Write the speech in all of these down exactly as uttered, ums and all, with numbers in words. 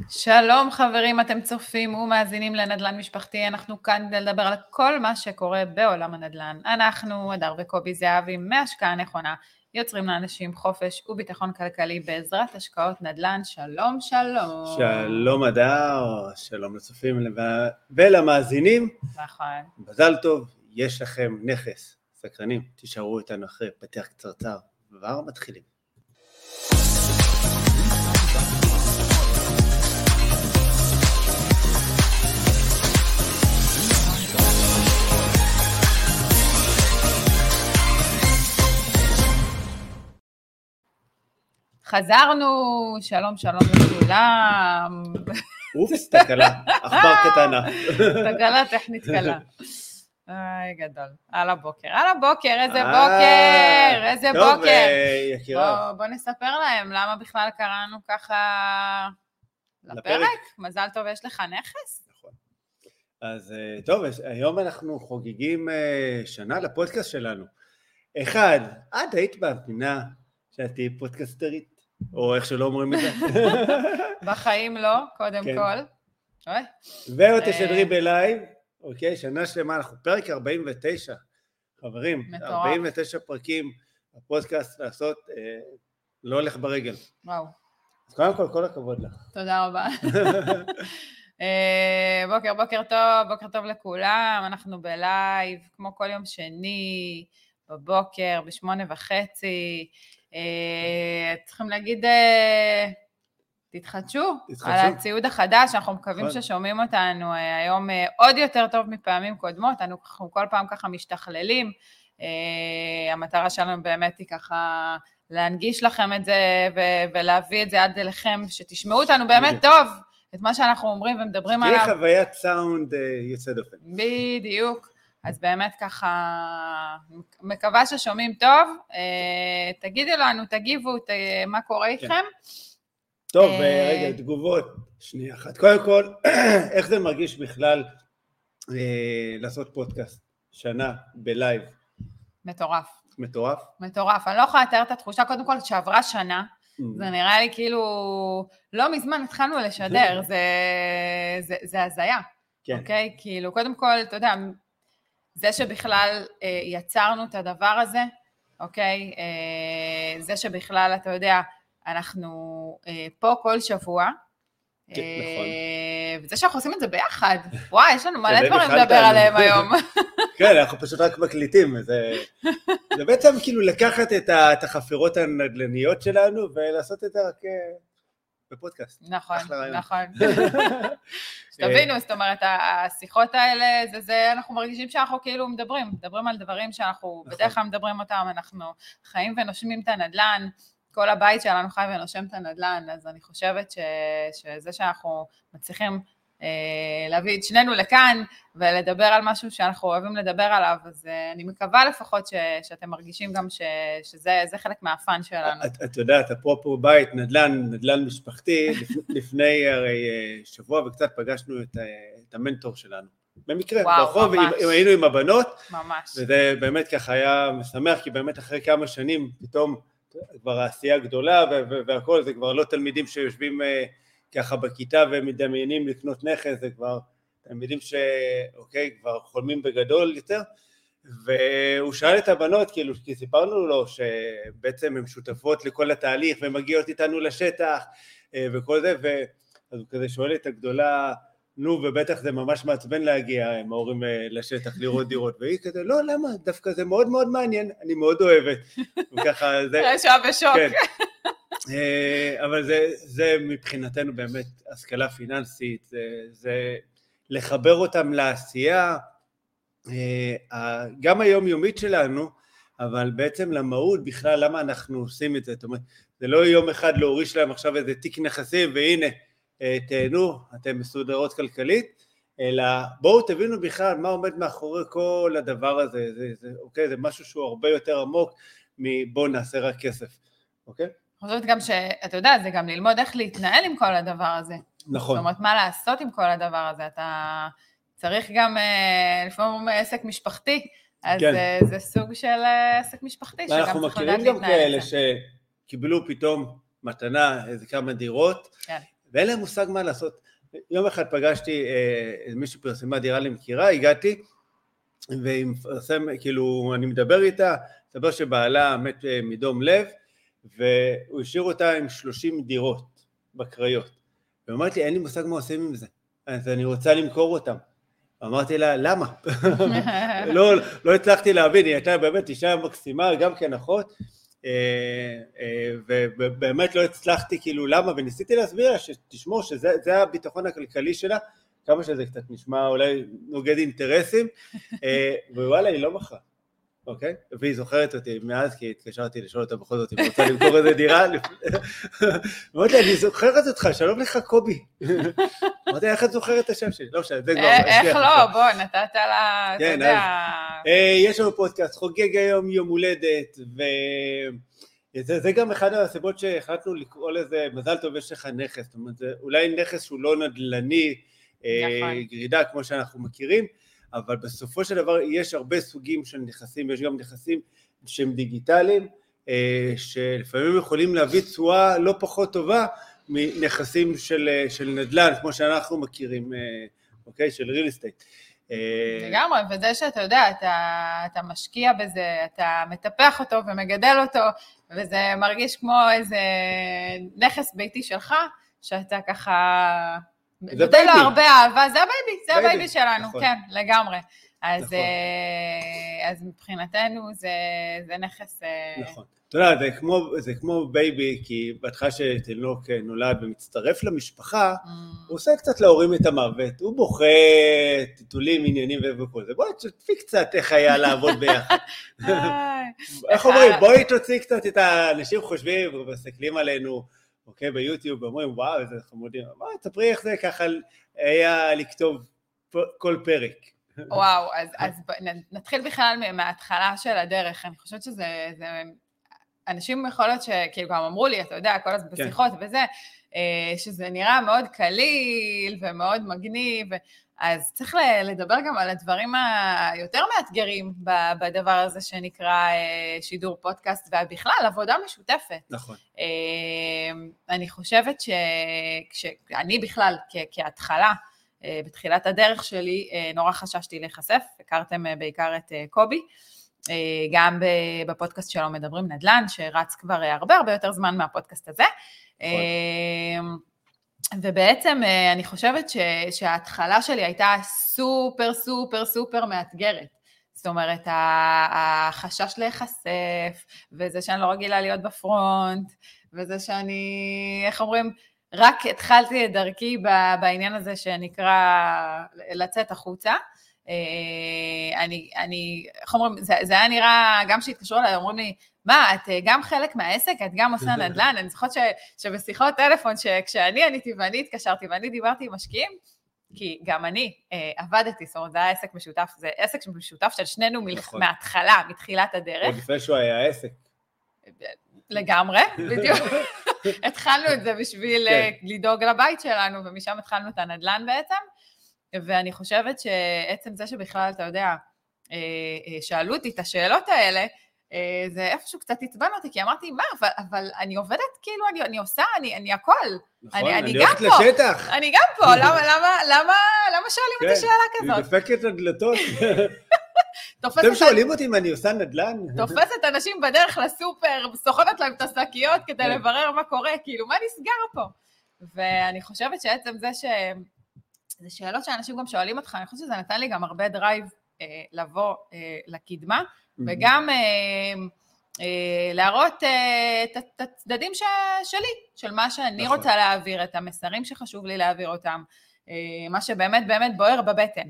שלום חברים, אתם צופים ומאזינים לנדל"ן משפחתי, אנחנו כאן כדי לדבר על כל מה שקורה בעולם הנדל"ן. אנחנו, הדר וקובי זהבי, מהשקעה נכונה, יוצרים לאנשים חופש וביטחון כלכלי בעזרת השקעות נדל"ן. שלום, שלום. שלום הדר, שלום לצופים ולמאזינים. נכון. מזל טוב, יש לכם נכס. סקרנים, תישארו איתנו אחרי פתח קצרצר, כבר מתחילים. חזרנו, שלום שלום לכולם. אופס, תקלה, אכבר קטנה. תקלה טכנית קלה. איי, גדול. על הבוקר, על הבוקר, איזה בוקר, איזה בוקר. טוב, יקירה. בוא נספר להם למה בכלל קראנו ככה לפרק. מזל טוב, יש לך נכס? נכון. אז טוב, היום אנחנו חוגגים שנה לפודקאסט שלנו. אחד, את היית במדינה שאת תהיי פודקאסטרית, או איך שלא אומרים את זה. בחיים לא, קודם כל. ועוד תשדרי בלייב, אוקיי, שנה שלמה, אנחנו פרק ארבעים ותשע, חברים, ארבעים ותשע פרקים, הפודקאסט לעשות, לא הולך ברגל. וואו. אז קודם כל, כל הכבוד לך. תודה רבה. בוקר, בוקר טוב, בוקר טוב לכולם, אנחנו בלייב, כמו כל יום שני, בבוקר, בשמונה וחצי, צריכים להגיד, תתחדשו על הציוד החדש, אנחנו מקווים ששומעים אותנו היום עוד יותר טוב מפעמים קודמות, אנחנו כל פעם ככה משתכללים, המטרה שלנו באמת היא ככה להנגיש לכם את זה ולהביא את זה עד אליכם, שתשמעו אותנו באמת טוב, את מה שאנחנו אומרים ומדברים עליו. תהיה חוויית סאונד יוצא דופן. בדיוק. אז באמת ככה, מקווה ששומעים טוב, תגידו לנו, תגיבו, מה קורה איתכם? טוב, רגע, תגובות, שנייה אחת. קודם כל, איך זה מרגיש בכלל לעשות פודקאסט שנה בלייב? מטורף. מטורף? מטורף, אני לא יכולה לתאר את התחושה, קודם כל, שעברה שנה, זה נראה לי כאילו, לא מזמן התחלנו לשדר, זה הזיה, אוקיי? כאילו, קודם כל, אתה יודע, זה שבכלל אה, יצרנו את הדבר הזה, אוקיי? אה, זה שבכלל, אתה יודע, אנחנו אה, פה כל שבוע. כן, אה, נכון. וזה שאנחנו עושים את זה ביחד. וואי, יש לנו מלא דברים לדבר עליהם היום. כן, אנחנו פשוט רק מקליטים. זה, זה בעצם כאילו לקחת את החפירות הנדלניות שלנו, ולעשות את זה רק בפודקאסט. נכון, נכון. שתבינו, זאת אומרת, השיחות האלה, זה זה, אנחנו מרגישים שאנחנו כאילו מדברים, מדברים על דברים שאנחנו בדרך כלל מדברים אותם, אנחנו חיים ונושמים את הנדלן, כל הבית שלנו חי ונושם את הנדלן, אז אני חושבת שזה שאנחנו מצליחים להביא את שנינו לכאן, ולדבר על משהו שאנחנו אוהבים לדבר עליו, אז אני מקווה לפחות שאתם מרגישים גם שזה חלק מהפן שלנו. את יודעת, אפרופו בית, נדל"ן, נדל"ן משפחתי, לפני הרי שבוע וקצת פגשנו את המנטור שלנו. במקרה, ברחוב, היינו עם הבנות, וזה באמת ככה היה משמח, כי באמת אחרי כמה שנים, פתאום כבר העשייה גדולה והכל, זה כבר לא תלמידים שיושבים ככה בכיתה ומדמיינים לקנות נכס, זה כבר תלמידים שאוקיי, כבר חולמים בגדול יותר, והוא שאל את הבנות, כאילו, כי סיפרנו לו שבעצם הן שותפות לכל התהליך, והן מגיעות איתנו לשטח, וכל זה, ואז הוא כזה שואל את הגדולה, נו, ובטח זה ממש מעצבן להגיע, הם ההורים לשטח, לראות דירות, והיא כזה, לא, למה? דווקא זה מאוד מאוד מעניין, אני מאוד אוהבת, וככה זה... רשע בשוק. אבל זה, זה מבחינתנו באמת השכלה פיננסית, זה, זה לחבר אותם לעשייה, גם היומיומית שלנו, אבל בעצם למהות בכלל, למה אנחנו עושים את זה? זאת אומרת, זה לא יום אחד להוריש להם עכשיו איזה תיק נכסים, והנה, תהנו, אתם מסודרות כלכלית, אלא בואו תבינו בכלל מה עומד מאחורי כל הדבר הזה, זה, זה, אוקיי? זה משהו שהוא הרבה יותר עמוק מבואו נעשה רק כסף, אוקיי? אני חושבת גם שאתה יודע, זה גם ללמוד איך להתנהל עם כל הדבר הזה. נכון. זאת אומרת, מה לעשות עם כל הדבר הזה, אתה צריך גם לפעמים עסק משפחתי, אז כן. זה סוג של עסק משפחתי, שגם אנחנו מכירים גם כאלה שקיבלו פתאום מתנה איזה כמה דירות, כן. ואין להם מושג מה לעשות. יום אחד פגשתי אה, מישהו פרסמה דירה למכירה, הגעתי, ועם פרסם, כאילו, אני מדבר איתה, סבר שבעלה מת מדום לב, והוא השאיר אותה עם שלושים דירות בקריות. ואמרתי לי, אין לי מושג מה עושים עם זה, אז אני רוצה למכור אותם. אמרתי לה, למה? לא, לא הצלחתי להבין, היא הייתה באמת אישה מקסימה, גם כן אחות, ובאמת לא הצלחתי כאילו למה, וניסיתי להסביר לה שתשמור שזה הביטחון הכלכלי שלה, כמה שזה קצת נשמע אולי נוגד אינטרסים, ווואלה היא לא מכרה, אוקיי? והיא זוכרת אותי מאז, כי התקשרתי לשאול אותה בכל זאת, אם רוצה למכור איזה דירה, אמרתי לה, אני זוכרת אותך, שלום לך קובי. אמרתי לה, איך את זוכרת את השם שלי? לא משנה, זה כבר... איך לא, בוא, נתת לה, אתה יודע... יש לנו פודקאסט, חוגג היום יום הולדת, וזה גם אחד הסיבות שהחלטנו לקרוא לזה, מזל טוב יש לך נכס, זאת אומרת, זה אולי נכס שהוא לא נדל"ני, גרידה כמו שאנחנו מכירים, אבל בסופו של דבר יש הרבה סוגים של נכסים, יש גם נכסים שהם דיגיטליים, שלפעמים יכולים להביא תשואה לא פחות טובה מנכסים של, של נדל"ן, כמו שאנחנו מכירים, אוקיי, של real estate. לגמרי, וזה שאתה יודע, אתה, אתה משקיע בזה, אתה מטפח אותו ומגדל אותו, וזה מרגיש כמו איזה נכס ביתי שלך, שאתה ככה... נותן לו הרבה אהבה, זה הבייבי, זה הבייבי שלנו, כן, לגמרי. אז מבחינתנו זה נכס... נכון. אתה יודע, זה כמו בייבי, כי בהתחלה שתינוק נולד ומצטרף למשפחה, הוא עושה קצת להורים את המוות, הוא בוכה, טיטולים, עניינים וכל זה. בואי תשתפי קצת איך היה לעבוד ביחד. איך אומרים, בואי תוציא קצת את האנשים חושבים ומסתכלים עלינו, אוקיי, ביוטיוב, ואומרים, וואו, איזה חמודים, מה, תספרי איך זה ככה היה לכתוב כל פרק. וואו, אז, אז נתחיל בכלל מההתחלה של הדרך, אני חושבת שזה, זה, אנשים יכול להיות שכאילו גם אמרו לי, אתה יודע, כל הזמן בשיחות וזה, שזה נראה מאוד קליל ומאוד מגניב, אז צריך לדבר גם על הדברים היותר מאתגרים בדבר הזה שנקרא שידור פודקאסט, ובכלל עבודה משותפת. נכון. אני חושבת שאני בכלל כהתחלה, בתחילת הדרך שלי, נורא חששתי להיחשף, הכרתם בעיקר את קובי, גם בפודקאסט שלו מדברים נדל"ן, שרץ כבר הרבה הרבה יותר זמן מהפודקאסט הזה. נכון. ובעצם אני חושבת שההתחלה שלי הייתה סופר סופר סופר מאתגרת. זאת אומרת, החשש להיחשף, וזה שאני לא רגילה להיות בפרונט, וזה שאני, איך אומרים, רק התחלתי את דרכי בעניין הזה שנקרא לצאת החוצה. אני, אני, איך אומרים, זה, זה היה נראה, גם שהתקשרו אליי, אומרים לי, מה, את גם חלק מהעסק, את גם עושה נדל"ן, אני זוכרת ש, שבשיחות טלפון, שכשאני עניתי ואני התקשרתי ואני דיברתי עם משקיעים, כי גם אני אה, עבדתי, זאת אומרת, זה היה עסק משותף, זה עסק משותף של שנינו נכון. מההתחלה, מתחילת הדרך. עוד לפני שהוא היה עסק. לגמרי, בדיוק. התחלנו את זה בשביל כן. לדאוג לבית שלנו, ומשם התחלנו את הנדל"ן בעצם, ואני חושבת שעצם זה שבכלל, אתה יודע, שאלו אותי את השאלות האלה, זה איפשהו קצת עצבן אותי, כי אמרתי, מה, אבל, אבל אני עובדת כאילו, אני, אני עושה, אני, אני הכל. נכון, אני, אני, אני הולכת לשטח. אני גם פה, למה, למה, למה, למה שואלים כן, אותי שאלה כזאת? אני דופקת הדלתות. אתם שואלים אותי אם אני עושה נדל"ן? תופסת אנשים בדרך לסופר, סוחבת להם את השקיות כדי לברר מה קורה, כאילו, מה נסגר פה? ואני חושבת שעצם זה ש... זה שאלות שאנשים גם שואלים אותך, אני חושבת שזה נתן לי גם הרבה דרייב אה, לבוא אה, לקדמה, mm-hmm. וגם אה, אה, להראות אה, את, את הצדדים ש, שלי, של מה שאני נכון. רוצה להעביר, את המסרים שחשוב לי להעביר אותם, אה, מה שבאמת באמת בוער בבטן.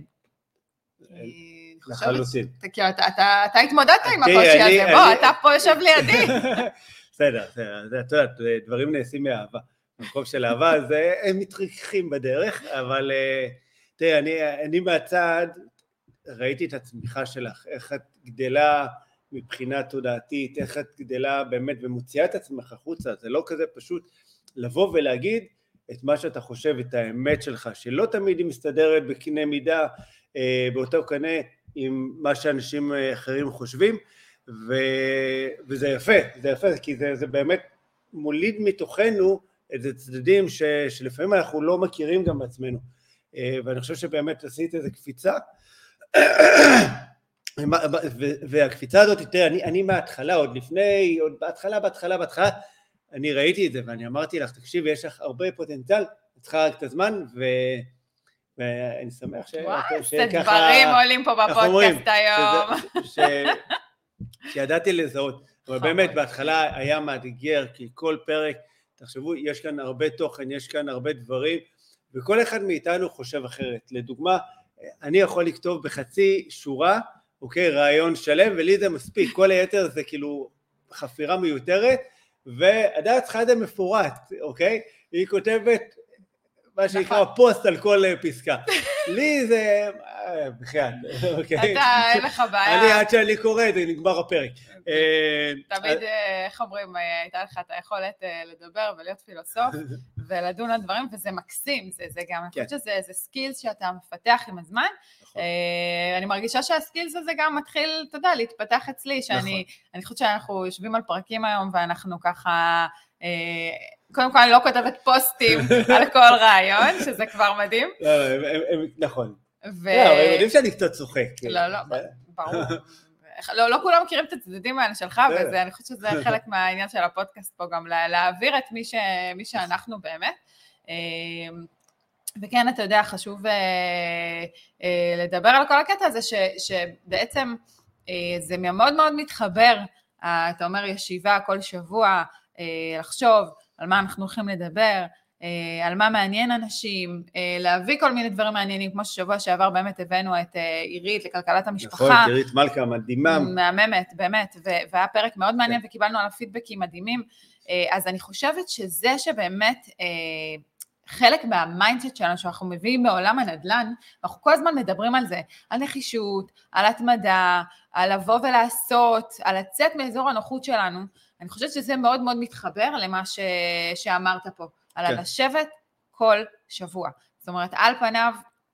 לחלוטין. כי אתה, אתה, אתה התמודדת עם הקושי הזה, בוא, אתה פה יושב לידי. בסדר, בסדר, אתה יודע, דברים נעשים מאהבה. במקום של אהבה, אז הם מתרככים בדרך, אבל תראה, אני, אני מהצד ראיתי את הצמיחה שלך, איך את גדלה מבחינה תודעתית, איך את גדלה באמת ומוציאה את עצמך החוצה, זה לא כזה פשוט לבוא ולהגיד את מה שאתה חושב, את האמת שלך, שלא תמיד היא מסתדרת בקנה מידה, באותו קנה עם מה שאנשים אחרים חושבים, ו, וזה יפה, זה יפה, כי זה, זה באמת מוליד מתוכנו, איזה צדדים ש, שלפעמים אנחנו לא מכירים גם בעצמנו, ואני חושב שבאמת עשית איזה קפיצה, והקפיצה הזאת, תראה, אני, אני מההתחלה, עוד לפני, עוד בהתחלה, בהתחלה, בהתחלה, אני ראיתי את זה, ואני אמרתי לך, תקשיב, יש לך הרבה פוטנציאל, את צריכה רק את הזמן, ו... ואני שמח שככה... וואי, זה דברים עולים פה בפודקאסט היום. שידעתי לזהות, אבל באמת בהתחלה היה מאתגר, כי כל פרק, תחשבו, יש כאן הרבה תוכן, יש כאן הרבה דברים, וכל אחד מאיתנו חושב אחרת. לדוגמה, אני יכול לכתוב בחצי שורה, אוקיי, רעיון שלם, ולי זה מספיק, כל היתר זה כאילו חפירה מיותרת, והדעת צריכה את זה מפורט, אוקיי? היא כותבת מה שנקרא פוסט על כל פסקה. לי זה... בכלל, אוקיי? אתה, אין לך בעיה. אני עד שאני קורא, זה נגמר הפרק. תמיד, איך אומרים, הייתה לך את היכולת לדבר ולהיות פילוסוף, ולדון על דברים, וזה מקסים, זה גם, אני חושבת שזה סקילס שאתה מפתח עם הזמן, אני מרגישה שהסקילס הזה גם מתחיל, אתה יודע, להתפתח אצלי, שאני חושבת שאנחנו יושבים על פרקים היום, ואנחנו ככה... קודם כל אני לא כותבת פוסטים על כל רעיון, שזה כבר מדהים. נכון. אבל הם יודעים שאני קצת צוחק. לא, לא, ברור. לא כולם מכירים את הצדדים האלה שלך, ואני חושבת שזה חלק מהעניין של הפודקאסט פה, גם להעביר את מי שאנחנו באמת. וכן, אתה יודע, חשוב לדבר על כל הקטע הזה, שבעצם זה מאוד מאוד מתחבר, אתה אומר ישיבה כל שבוע, לחשוב על מה אנחנו הולכים לדבר, על מה מעניין אנשים, להביא כל מיני דברים מעניינים, כמו ששבוע שעבר באמת הבאנו את עירית לכלכלת המשפחה. נכון, עירית מלכה, מדהימה. מהממת, באמת, והיה פרק מאוד מעניין, וקיבלנו על הפידבקים מדהימים, אז אני חושבת שזה שבאמת חלק מהמיינדסט שלנו, שאנחנו מביאים מעולם הנדל"ן, אנחנו כל הזמן מדברים על זה, על נחישות, על התמדה, על לבוא ולעשות, על לצאת מאזור הנוחות שלנו, אני חושבת שזה מאוד מאוד מתחבר למה ש... שאמרת פה, על כן. לשבת כל שבוע. זאת אומרת, על פניו,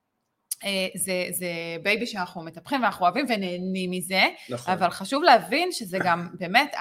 זה, זה בייבי שאנחנו מטפחים ואנחנו אוהבים ונהנים מזה, נכון. אבל חשוב להבין שזה גם באמת,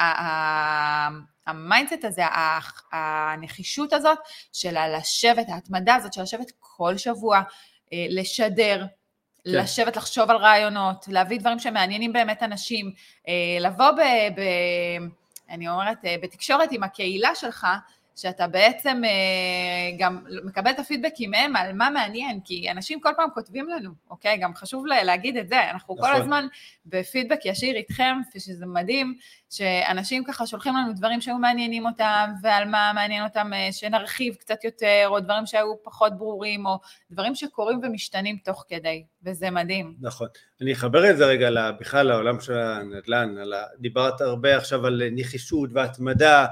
המיינדסט הזה, הנחישות הזאת, של לשבת, ההתמדה הזאת, של לשבת כל שבוע, לשדר, כן. לשבת, לחשוב על רעיונות, להביא דברים שמעניינים באמת אנשים, לבוא ב... ב אני אומרת, בתקשורת עם הקהילה שלך, שאתה בעצם גם מקבל את הפידבקים מהם על מה מעניין, כי אנשים כל פעם כותבים לנו, אוקיי? גם חשוב להגיד את זה, אנחנו כל הזמן בפידבק ישיר איתכם, ושזה מדהים, שאנשים ככה שולחים לנו דברים שהיו מעניינים אותם, ועל מה מעניין אותם שנרחיב קצת יותר, או דברים שהיו פחות ברורים, או דברים שקורים ומשתנים תוך כדי, וזה מדהים. נכון. אני אחבר את זה רגע בכלל לעולם של הנדל"ן, דיברת הרבה עכשיו על נחישות והתמדה,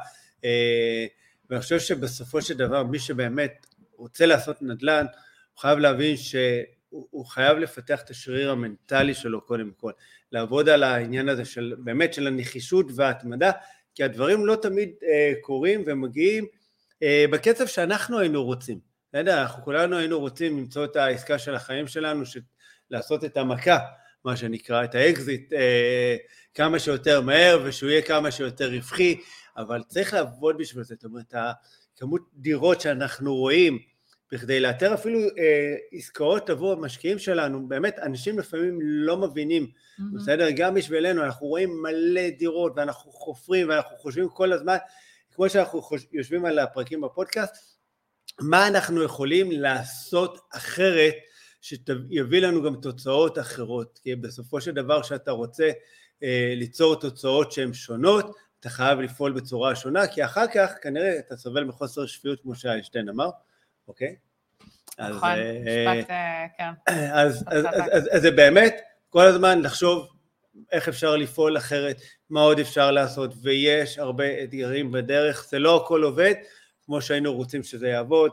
ואני חושב שבסופו של דבר, מי שבאמת רוצה לעשות נדל"ן, הוא חייב להבין שהוא חייב לפתח את השריר המנטלי שלו קודם כל, לעבוד על העניין הזה של באמת של הנחישות וההתמדה, כי הדברים לא תמיד אה, קורים ומגיעים אה, בקצב שאנחנו היינו רוצים. אנחנו כולנו היינו רוצים למצוא את העסקה של החיים שלנו, של לעשות את המכה, מה שנקרא, את האקזיט, אה, כמה שיותר מהר, ושהוא יהיה כמה שיותר רווחי, אבל צריך לעבוד בשביל זה, זאת אומרת, כמות דירות שאנחנו רואים, בכדי לאתר אפילו אה, עסקאות עבור המשקיעים שלנו, באמת אנשים לפעמים לא מבינים, mm-hmm. בסדר? גם בשבילנו, אנחנו רואים מלא דירות, ואנחנו חופרים, ואנחנו חושבים כל הזמן, כמו שאנחנו חוש... יושבים על הפרקים בפודקאסט, מה אנחנו יכולים לעשות אחרת, שיביא לנו גם תוצאות אחרות, כי בסופו של דבר שאתה רוצה אה, ליצור תוצאות שהן שונות, אתה חייב לפעול בצורה שונה, כי אחר כך כנראה אתה סובל מחוסר שפיות, כמו שאיינשטיין אמר, אוקיי? נכון, משפט, כן. אז זה באמת כל הזמן לחשוב איך אפשר לפעול אחרת, מה עוד אפשר לעשות, ויש הרבה אתגרים בדרך, זה לא הכל עובד, כמו שהיינו רוצים שזה יעבוד,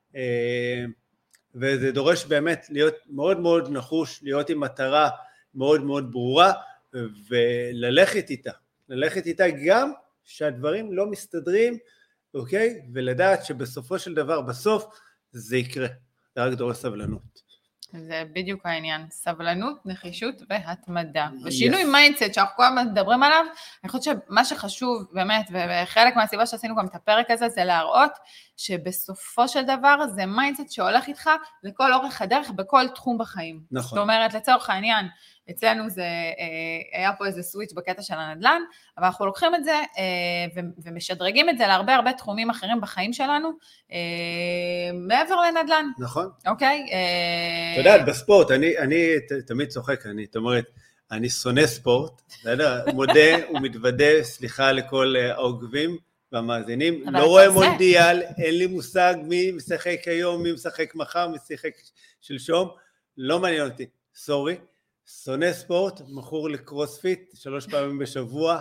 וזה דורש באמת להיות מאוד מאוד נחוש, להיות עם מטרה מאוד מאוד ברורה, וללכת איתה. ללכת איתה גם שהדברים לא מסתדרים, אוקיי? ולדעת שבסופו של דבר, בסוף, זה יקרה. זה רק דורש סבלנות. זה בדיוק העניין, סבלנות, נחישות והתמדה. ושינוי מיינדסט שאנחנו כל הזמן מדברים עליו, אני חושבת שמה שחשוב באמת, וחלק מהסיבה שעשינו גם את הפרק הזה, זה להראות שבסופו של דבר זה מיינדסט שהולך איתך לכל אורך הדרך בכל תחום בחיים. נכון. זאת אומרת, לצורך העניין, אצלנו זה, היה פה איזה סוויץ' בקטע של הנדל"ן, אבל אנחנו לוקחים את זה ומשדרגים את זה להרבה הרבה תחומים אחרים בחיים שלנו, מעבר לנדל"ן. נכון. אוקיי? אתה יודעת, בספורט, אני, אני תמיד צוחק, אני, זאת אומרת, אני שונא ספורט, מודה ומתוודה, סליחה לכל העוקבים והמאזינים, לא רואה מונדיאל, אין לי מושג מי משחק היום, מי משחק מחר, מי משחק שלשום, לא מעניין אותי, סורי. שונא ספורט, מכור לקרוספיט, שלוש פעמים בשבוע,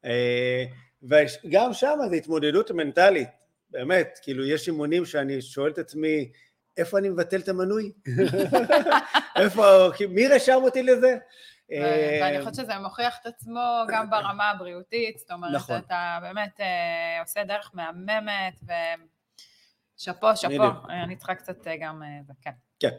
וגם שם זה התמודדות מנטלית, באמת, כאילו יש אימונים שאני שואל את עצמי, איפה אני מבטל את המנוי? איפה, מי רשם אותי לזה? ואני חושבת שזה מוכיח את עצמו גם ברמה הבריאותית, זאת אומרת, אתה באמת עושה דרך מהממת, ושפו, שפו, אני צריכה קצת גם, כן. כן.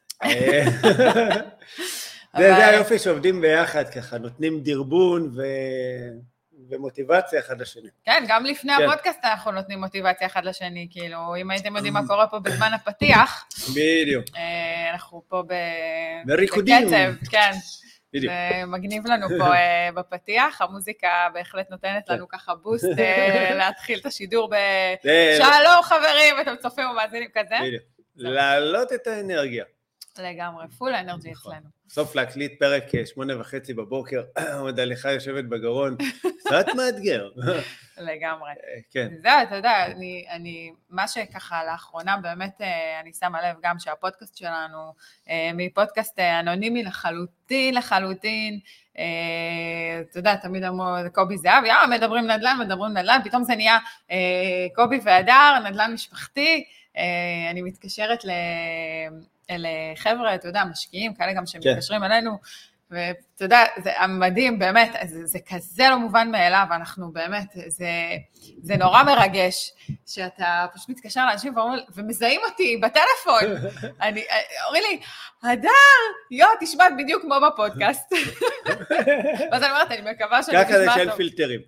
זה היופי שעובדים ביחד ככה, נותנים דרבון ומוטיבציה אחד לשני. כן, גם לפני הפודקאסט אנחנו נותנים מוטיבציה אחד לשני, כאילו, אם הייתם יודעים מה קורה פה בזמן הפתיח, בדיוק. אנחנו פה בריקודים. בקצב, כן. זה מגניב לנו פה בפתיח, המוזיקה בהחלט נותנת לנו ככה בוסט להתחיל את השידור בשלום חברים, אתם צופים ומאזינים כזה. בדיוק. להעלות את האנרגיה. לגמרי, פול האנרגי אצלנו. סוף להקליט פרק שמונה וחצי בבוקר, עוד הליכה יושבת בגרון, קצת מאתגר. לגמרי. כן. זהו, אתה יודע, אני, אני, מה שככה לאחרונה באמת אני שמה לב גם שהפודקאסט שלנו, מפודקאסט אנונימי לחלוטין, לחלוטין, אתה יודע, תמיד אמרו, קובי זהב, יא, מדברים נדל"ן, מדברים נדל"ן, פתאום זה נהיה קובי והדר, נדל"ן משפחתי, אני מתקשרת ל... אלה חבר'ה, אתה יודע, משקיעים, כאלה גם שמתקשרים אלינו, ואתה יודע, זה המדהים, באמת, זה, זה כזה לא מובן מאליו, אנחנו באמת, זה, זה נורא מרגש, שאתה פשוט מתקשר לאנשים ומזהים אותי בטלפון, אני, אומרים לי, הדר, יו, תשמע בדיוק כמו בפודקאסט. ואז אני אומרת, אני מקווה שאני נשמעת... ככה זה שאין פילטרים.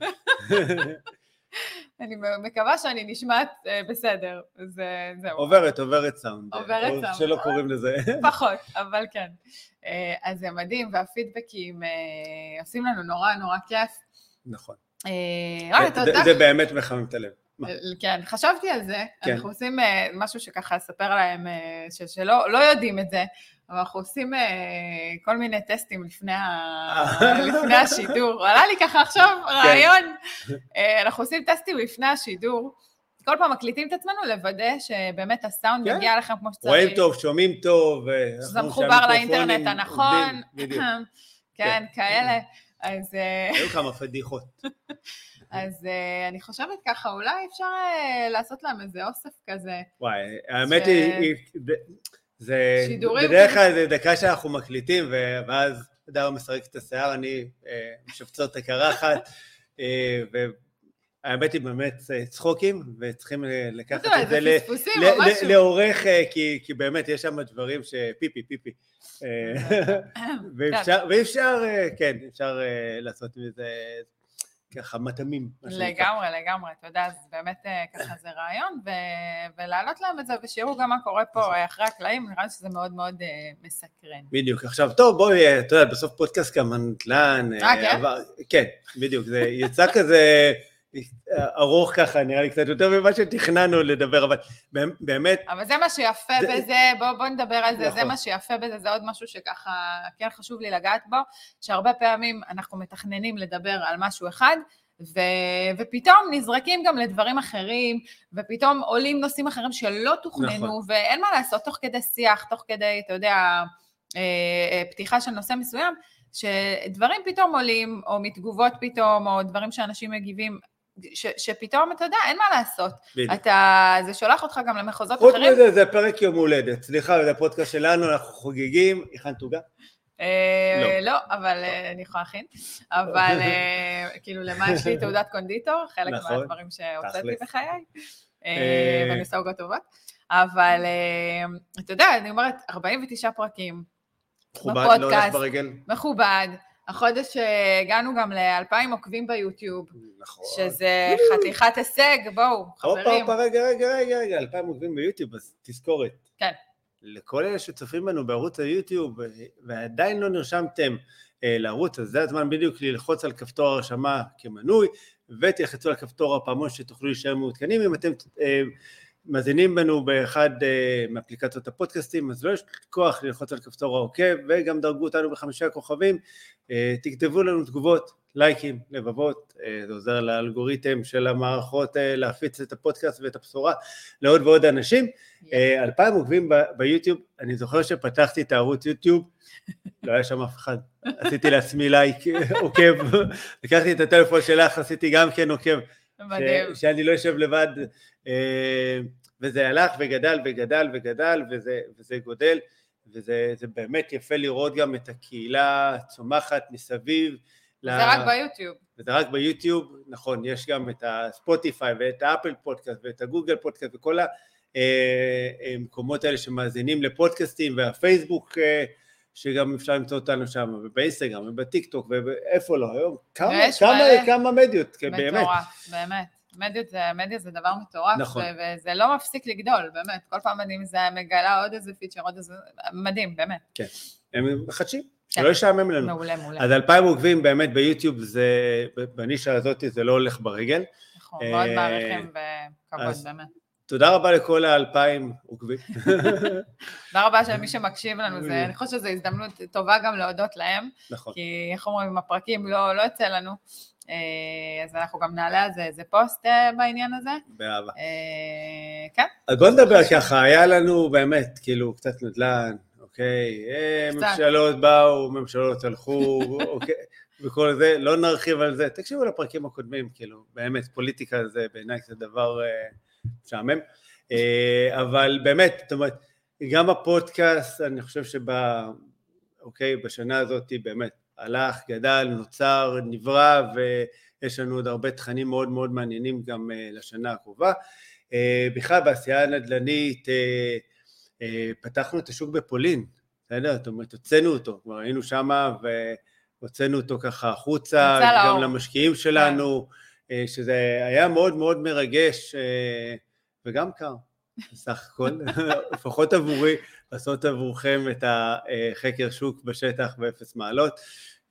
אני מקווה שאני נשמעת בסדר, זה, זהו. עוברת, עוברת סאונד. עוברת סאונד. שלא קוראים לזה. פחות, אבל כן. אז זה מדהים, והפידבקים עושים לנו נורא נורא כיף. נכון. זה, זה באמת מחמם את הלב. כן, חשבתי על זה, כן. אנחנו עושים משהו שככה אספר להם, שלא לא יודעים את זה, אבל אנחנו עושים כל מיני טסטים לפני, ה... לפני השידור. עלה לי ככה עכשיו רעיון, אנחנו עושים טסטים לפני השידור, כל פעם מקליטים את עצמנו לוודא שבאמת הסאונד מגיע לכם כמו שצריך. רואים טוב, שומעים טוב. שזה מחובר לאינטרנט הנכון. כן, כאלה. אז... היו כמה פדיחות. אז אני חושבת ככה, אולי אפשר לעשות להם איזה אוסף כזה. וואי, האמת היא... זה בדרך כלל זה דקה שאנחנו מקליטים, ואז דר מסרק את השיער, אני משפצור את הקרחת, והאמת היא באמת צחוקים, וצריכים לקחת את זה לעורך, כי באמת יש שם דברים שפיפי, פיפי, ואפשר, כן, אפשר לעשות מזה ככה מתאמים. לגמרי, לגמרי, אתה יודע, אז באמת ככה זה רעיון, ולהעלות להם את זה, ושיראו גם מה קורה פה אחרי הקלעים, נראה לי שזה מאוד מאוד מסקרן. בדיוק, עכשיו, טוב, בואי, אתה יודע, בסוף פודקאסט כמה נדל"ן, כן, בדיוק, זה יצא כזה ארוך ככה, נראה לי קצת יותר ממה שתכננו לדבר, אבל באמת... אבל זה מה שיפה בזה, בואו נדבר על זה, זה מה שיפה בזה, זה עוד משהו שככה כן חשוב לי לגעת בו, שהרבה פעמים אנחנו מתכננים לדבר על משהו אחד, ופתאום נזרקים גם לדברים אחרים, ופתאום עולים נושאים אחרים שלא תוכננו, ואין מה לעשות תוך כדי שיח, תוך כדי, אתה יודע, פתיחה של נושא מסוים, שדברים פתאום עולים, או מתגובות פתאום, או דברים שאנשים מגיבים, ש, שפתאום, אתה יודע, אין מה לעשות. אתה, זה שולח אותך גם למחוזות חוץ אחרים. מזה, זה פרק יום הולדת. סליחה, זה הפודקאסט שלנו, אנחנו חוגגים. הכנת תוגה? לא, אבל אני יכולה להכין. אבל כאילו, למה יש לי תעודת קונדיטור, חלק מהדברים שהוצאתי בחיי, ואני עושה עוגות טובות. אבל אתה יודע, אני אומרת, ארבעים ותשעה פרקים, מכובד, לא הולך ברגל. מכובד, החודש הגענו גם לאלפיים עוקבים ביוטיוב, נכון. שזה חתיכת הישג, בואו, חברים. הופה, הופה, רגע, רגע, רגע, רגע, אלפיים עוקבים ביוטיוב, אז תזכורת. כן. לכל אלה שצופים בנו בערוץ היוטיוב, ועדיין לא נרשמתם לערוץ, אז זה הזמן בדיוק ללחוץ על כפתור הרשמה כמנוי, ותלחצו על כפתור הפעמון שתוכלו להישאר מעודכנים. אם אתם מאזינים בנו באחד מאפליקציות הפודקאסטים, אז לא יש כוח ללחוץ על כפתור העוקב, וגם דרגו אותנו בחמישה כוכבים, תכתבו לנו תגובות, לייקים, לבבות, זה עוזר לאלגוריתם של המערכות להפיץ את הפודקאסט ואת הבשורה לעוד ועוד אנשים. אלפיים עוקבים ביוטיוב, אני זוכר שפתחתי את הערוץ יוטיוב, לא היה שם אף אחד, עשיתי לעצמי לייק, עוקב, לקחתי את הטלפון שלך, עשיתי גם כן עוקב, ש- שאני לא יושב לבד, וזה הלך וגדל וגדל וגדל, וזה, וזה גודל, וזה זה באמת יפה לראות גם את הקהילה צומחת מסביב. זה לה... רק ביוטיוב. וזה רק ביוטיוב, נכון, יש גם את הספוטיפיי ואת האפל פודקאסט ואת הגוגל פודקאסט וכל המקומות האלה שמאזינים לפודקאסטים, והפייסבוק שגם אפשר למצוא אותנו שם, ובאינסטגרם ובטיקטוק, ואיפה לא, היום כמה, כמה, כמה מדיות, באמת. מטורף, באמת. מדיות זה, מדיה זה דבר מטורף, נכון. וזה לא מפסיק לגדול, באמת. כל פעם אני מגלה עוד איזה פיצ'ר, עוד איזה, מדהים, באמת. כן, הם מחדשים. כן. לא ישעמם לנו. מעולה, מעולה. אז אלפיים עוקבים באמת ביוטיוב, זה, בנישה הזאת זה לא הולך ברגל. נכון, מאוד מעריכים וכבוד, באמת. תודה רבה לכל האלפיים עוקבים. תודה רבה שמי שמקשיב לנו, זה, אני חושבת שזו הזדמנות טובה גם להודות להם, נכון. כי איך אומרים, עם הפרקים לא, לא יצא לנו, אז אנחנו גם נעלה על זה איזה פוסט בעניין הזה. באהבה. כן. אז בוא נדבר ככה, היה לנו באמת, כאילו, קצת נדל"ן, אוקיי, ממשלות באו, ממשלות הלכו, אוקיי, וכל זה, לא נרחיב על זה, תקשיבו לפרקים הקודמים, כאילו, באמת, פוליטיקה זה בעיניי זה דבר משעמם, אבל באמת, זאת אומרת, גם הפודקאסט, אני חושב שב, אוקיי, בשנה הזאת באמת, הלך, גדל, נוצר, נברא, ויש לנו עוד הרבה תכנים מאוד מאוד מעניינים גם לשנה הקרובה, בכלל בעשייה הנדל"נית, פתחנו את השוק בפולין, בסדר? זאת אומרת, הוצאנו אותו, כבר היינו שמה והוצאנו אותו ככה החוצה, גם למשקיעים שלנו, שזה היה מאוד מאוד מרגש, וגם קר, בסך הכל, לפחות עבורי, לעשות עבורכם את החקר שוק בשטח באפס מעלות,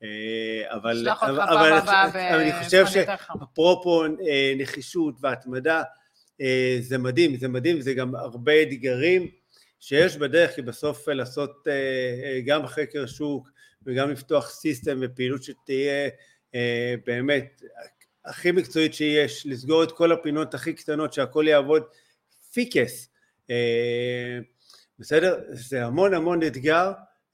אבל אני חושב שאפרופו נחישות והתמדה, זה מדהים, זה מדהים, זה גם הרבה אתגרים שיש בדרך, כי בסוף לעשות גם חקר שוק וגם לפתוח סיסטם ופעילות שתהיה באמת הכי מקצועית שיש, לסגור את כל הפינות הכי קטנות שהכל יעבוד פיקס, בסדר? זה המון המון אתגר,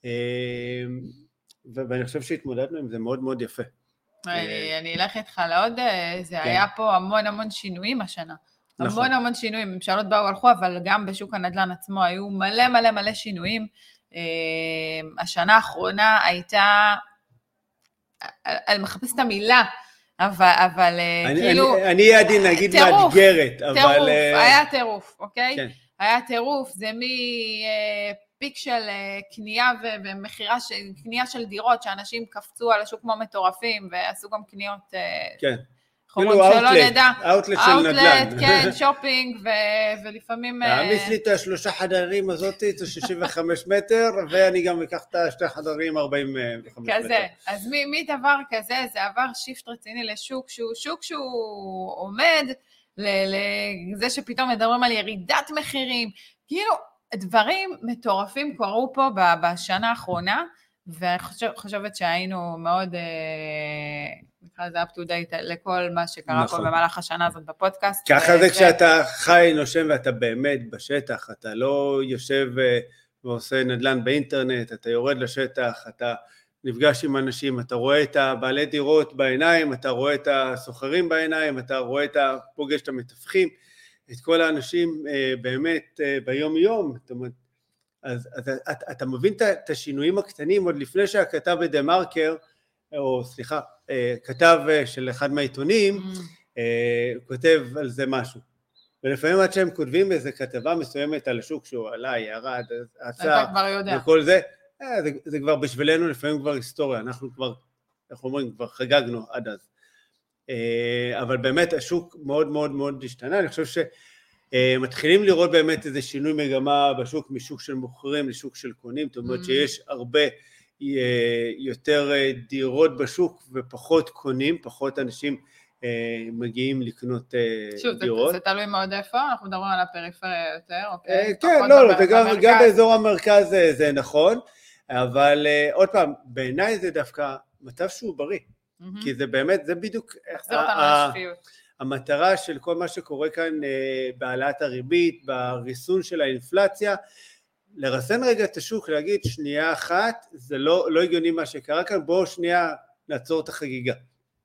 ואני חושב שהתמודדנו עם זה מאוד מאוד יפה. אני אלך איתך לעוד, זה היה פה המון המון שינויים השנה. המון המון שינויים, ממשלות באו הלכו, אבל גם בשוק הנדל"ן עצמו היו מלא מלא מלא שינויים. השנה האחרונה הייתה, אני מחפש את המילה, אבל, אבל כאילו... אני עדין להגיד מאתגרת, אבל... טירוף, היה טירוף, אוקיי? היה טירוף, זה מפיק של קנייה ומחירה, קנייה של דירות, שאנשים קפצו על השוק כמו מטורפים, ועשו גם קניות... כן. כאילו אאוטלט, אאוטלט של נדל"ן. כן, שופינג, ולפעמים... תעמיס לי את השלושה חדרים הזאת, את ה-שישים וחמישה מטר, ואני גם אקח את השתי חדרים ארבעים וחמש מטר. כזה, אז מדבר כזה, זה עבר שיפט רציני לשוק, שהוא שוק שהוא עומד, לזה שפתאום מדברים על ירידת מחירים, כאילו דברים מטורפים קרו פה בשנה האחרונה, ואני חושבת שהיינו מאוד... נקרא לזה up to date לכל מה שקרה פה במהלך השנה הזאת בפודקאסט. ככה זה כשאתה חי, נושם ואתה באמת בשטח, אתה לא יושב ועושה נדל"ן באינטרנט, אתה יורד לשטח, אתה נפגש עם אנשים, אתה רואה את הבעלי דירות בעיניים, אתה רואה את הסוחרים בעיניים, אתה רואה את הפוגש את המתווכים, את כל האנשים באמת ביום יום, זאת אומרת, אז אתה מבין את השינויים הקטנים עוד לפני שהכתב בדה מרקר, או סליחה, כתב של אחד מהעיתונים, הוא כותב על זה משהו. ולפעמים עד שהם כותבים איזו כתבה מסוימת על השוק שהוא עלה, ירד, עצר, וכל זה, זה, זה כבר בשבילנו לפעמים כבר היסטוריה, אנחנו כבר, אנחנו אומרים, כבר חגגנו עד אז. אבל באמת השוק מאוד מאוד מאוד השתנה, אני חושב שמתחילים לראות באמת איזה שינוי מגמה בשוק, משוק של מוכרים לשוק של קונים, זאת אומרת שיש הרבה יותר דירות בשוק ופחות קונים, פחות אנשים מגיעים לקנות דירות. שוב, זה תלוי מאוד איפה, אנחנו מדברים על הפריפריה יותר, אוקיי? כן, לא, לא, וגם באזור המרכז זה נכון, אבל עוד פעם, בעיניי זה דווקא מצב שהוא בריא, כי זה באמת, זה בדיוק המטרה של כל מה שקורה כאן בהעלאת הריבית, בריסון של האינפלציה, לרסן רגע את השוק, להגיד שנייה אחת, זה לא, לא הגיוני מה שקרה כאן, בואו שנייה נעצור את החגיגה.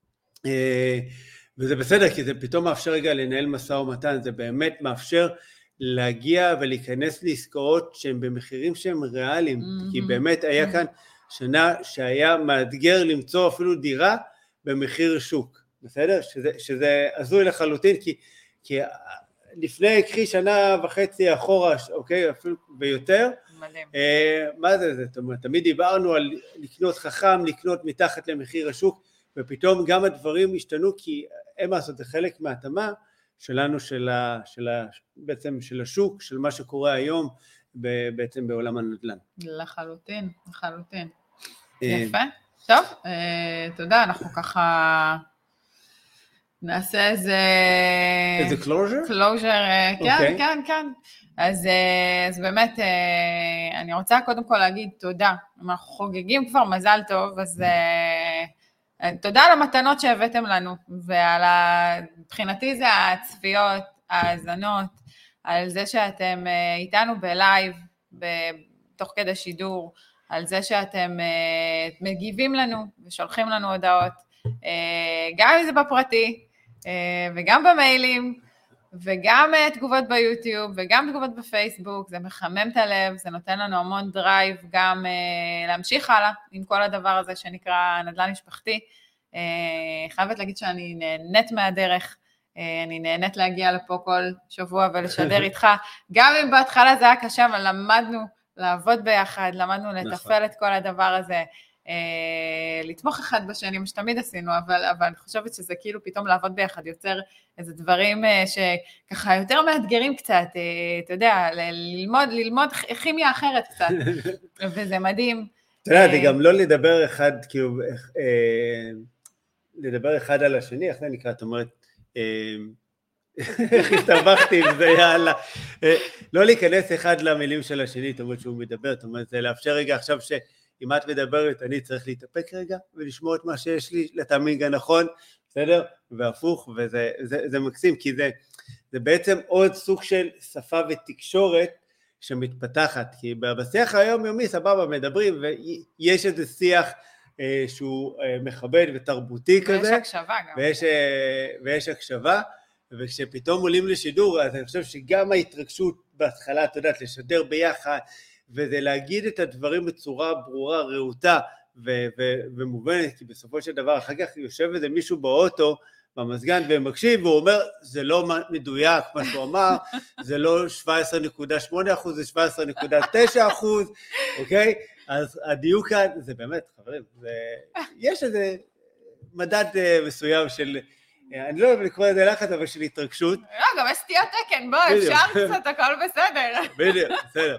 וזה בסדר, כי זה פתאום מאפשר רגע לנהל משא ומתן, זה באמת מאפשר להגיע ולהיכנס לעסקאות שהן במחירים שהם ריאליים, mm-hmm. כי באמת היה כאן שנה שהיה מאתגר למצוא אפילו דירה במחיר שוק, בסדר? שזה, שזה עזוי לחלוטין, כי, כי לפני קחי שנה וחצי אחורה, אוקיי, אפילו ביותר, מדהים. אה, מה זה זה? זאת אומרת, תמיד דיברנו על לקנות חכם, לקנות מתחת למחיר השוק, ופתאום גם הדברים השתנו, כי אין מה לעשות, זה חלק מהתאמה שלנו, של ה, של ה, בעצם של השוק, של מה שקורה היום, בעצם בעולם הנדל"ן. לחלוטין, לחלוטין. יפה. טוב, תודה, אנחנו ככה נעשה איזה... איזה closure? closure, כן, כן, כן. אז, אז באמת, אני רוצה קודם כל להגיד תודה. אנחנו חוגגים כבר מזל טוב, אז תודה על המתנות שהבאתם לנו, ועל ה... מבחינתי זה הצפיות, ההאזנות, על זה שאתם איתנו בלייב, תוך כדי שידור, על זה שאתם מגיבים לנו ושולחים לנו הודעות, גם אם זה בפרטי, וגם במיילים, וגם תגובות ביוטיוב, וגם תגובות בפייסבוק, זה מחמם את הלב, זה נותן לנו המון דרייב, גם להמשיך הלאה עם כל הדבר הזה שנקרא נדל"ן משפחתי. חייבת להגיד שאני נהנית מהדרך, אני נהנית להגיע לפה כל שבוע ולשדר איתך, גם אם בהתחלה זה היה קשה, אבל למדנו לעבוד ביחד, למדנו לתפעל את כל הדבר הזה, לתמוך אחד בשני, מה שתמיד עשינו, אבל, אבל אני חושבת שזה כאילו פתאום לעבוד ביחד, יוצר איזה דברים שככה יותר מאתגרים קצת, אתה יודע, ללמוד, ללמוד כימיה אחרת קצת, וזה מדהים. אתה יודע, זה גם לא לדבר אחד, כאילו, לדבר אחד על השני, איך זה נקרא, את אומרת, איך הסתבכתי עם זה, יאללה, לא להיכנס אחד למילים של השני, זאת אומרת שהוא מדבר, זאת אומרת, זה לאפשר רגע עכשיו ש... אם את מדברת, אני צריך להתאפק רגע, ולשמוע את מה שיש לי, לתאמינג הנכון, בסדר? והפוך, וזה זה, זה מקסים, כי זה, זה בעצם עוד סוג של שפה ותקשורת שמתפתחת, כי בשיח היומיומי, סבבה, מדברים, ויש איזה שיח אה, שהוא אה, מכבד ותרבותי ויש כזה. ויש הקשבה גם. ויש, אה, ויש הקשבה, וכשפתאום עולים לשידור, אז אני חושב שגם ההתרגשות בהתחלה, אתה יודעת, לשדר ביחד, וזה להגיד את הדברים בצורה ברורה, רעותה ו- ו- ומובנת, כי בסופו של דבר, אחר כך יושב איזה מישהו באוטו, במזגן, ומקשיב, והוא אומר, זה לא מדויק מה שהוא אמר, זה לא שבע עשרה נקודה שמונה אחוז, זה שבע עשרה נקודה תשע אחוז, אוקיי? אז הדיוק כאן, זה באמת, חברים, זה, יש איזה מדד מסוים של, אני לא אוהב לקרוא את זה לחץ, אבל של התרגשות. לא, גם יש סטיית תקן, בוא, אפשר קצת, הכל בסדר. בדיוק, בסדר.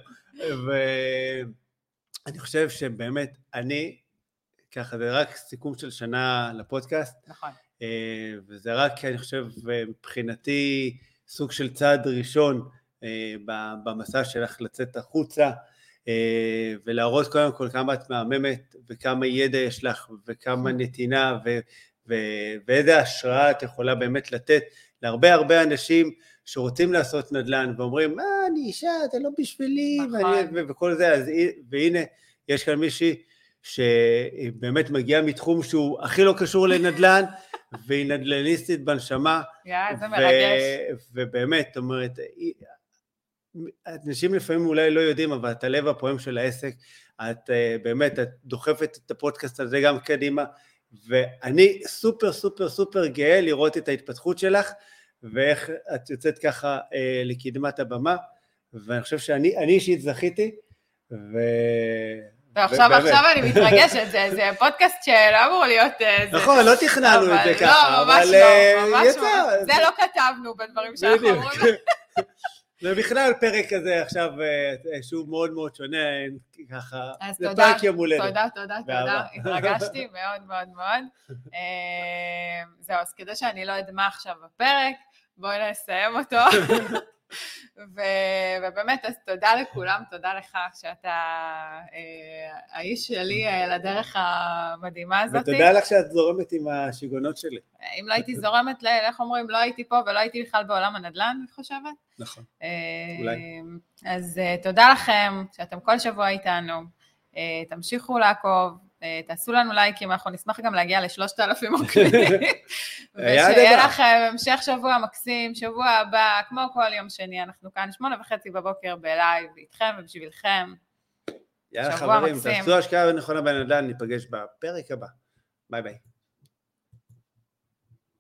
ואני חושב שבאמת אני, ככה זה רק סיכום של שנה לפודקאסט, נכון. וזה רק, אני חושב, מבחינתי סוג של צעד ראשון במסע שלך לצאת החוצה, ולהראות קודם כל כמה את מהממת, וכמה ידע יש לך, וכמה נתינה, ו- ו- ואיזה השראה את יכולה באמת לתת להרבה הרבה אנשים שרוצים לעשות נדל"ן, ואומרים, מה, אני אישה, זה לא בשבילי, ואני, וכל זה, אז, והנה, יש כאן מישהי שבאמת מגיעה מתחום שהוא הכי לא קשור לנדל"ן, והיא נדל"ניסטית בנשמה, yeah, זה מרגש. ובאמת, זאת אומרת, אנשים לפעמים אולי לא יודעים, אבל את הלב הפועם של העסק, את באמת, את דוחפת את הפודקאסט הזה גם קדימה, ואני סופר סופר סופר גאה לראות את ההתפתחות שלך, ואיך את יוצאת ככה לקדמת הבמה, ואני חושב שאני אישית זכיתי, ו... ועכשיו עכשיו אני מתרגשת, זה פודקאסט שלא אמור להיות... נכון, לא תכננו את זה ככה, לא, ממש לא, ממש לא, זה לא כתבנו בדברים שאנחנו אומרים. ובכלל פרק כזה עכשיו, שהוא מאוד מאוד שונה, ככה, זה פרק יום הולדת. תודה, תודה, תודה, התרגשתי מאוד מאוד מאוד. זהו, אז כדי שאני לא אדמה עכשיו בפרק, בואי נסיים אותו. ובאמת, אז תודה לכולם, תודה לך שאתה האיש שלי לדרך המדהימה הזאת. ותודה לך שאת זורמת עם השיגונות שלי. אם לא הייתי זורמת, איך אומרים, לא הייתי פה ולא הייתי בכלל בעולם הנדל"ן, אני חושבת. נכון, אולי. אז תודה לכם שאתם כל שבוע איתנו, תמשיכו לעקוב, תעשו לנו לייקים, אנחנו נשמח גם להגיע לשלושת אלפים עוקבים, ושיהיה לכם המשך שבוע מקסים, שבוע הבא, כמו כל יום שני, אנחנו כאן שמונה וחצי בבוקר בלייב, איתכם ובשבילכם. יאללה חברים, תעשו השקעה נכונה בנדל"ן, ניפגש בפרק הבא. ביי ביי.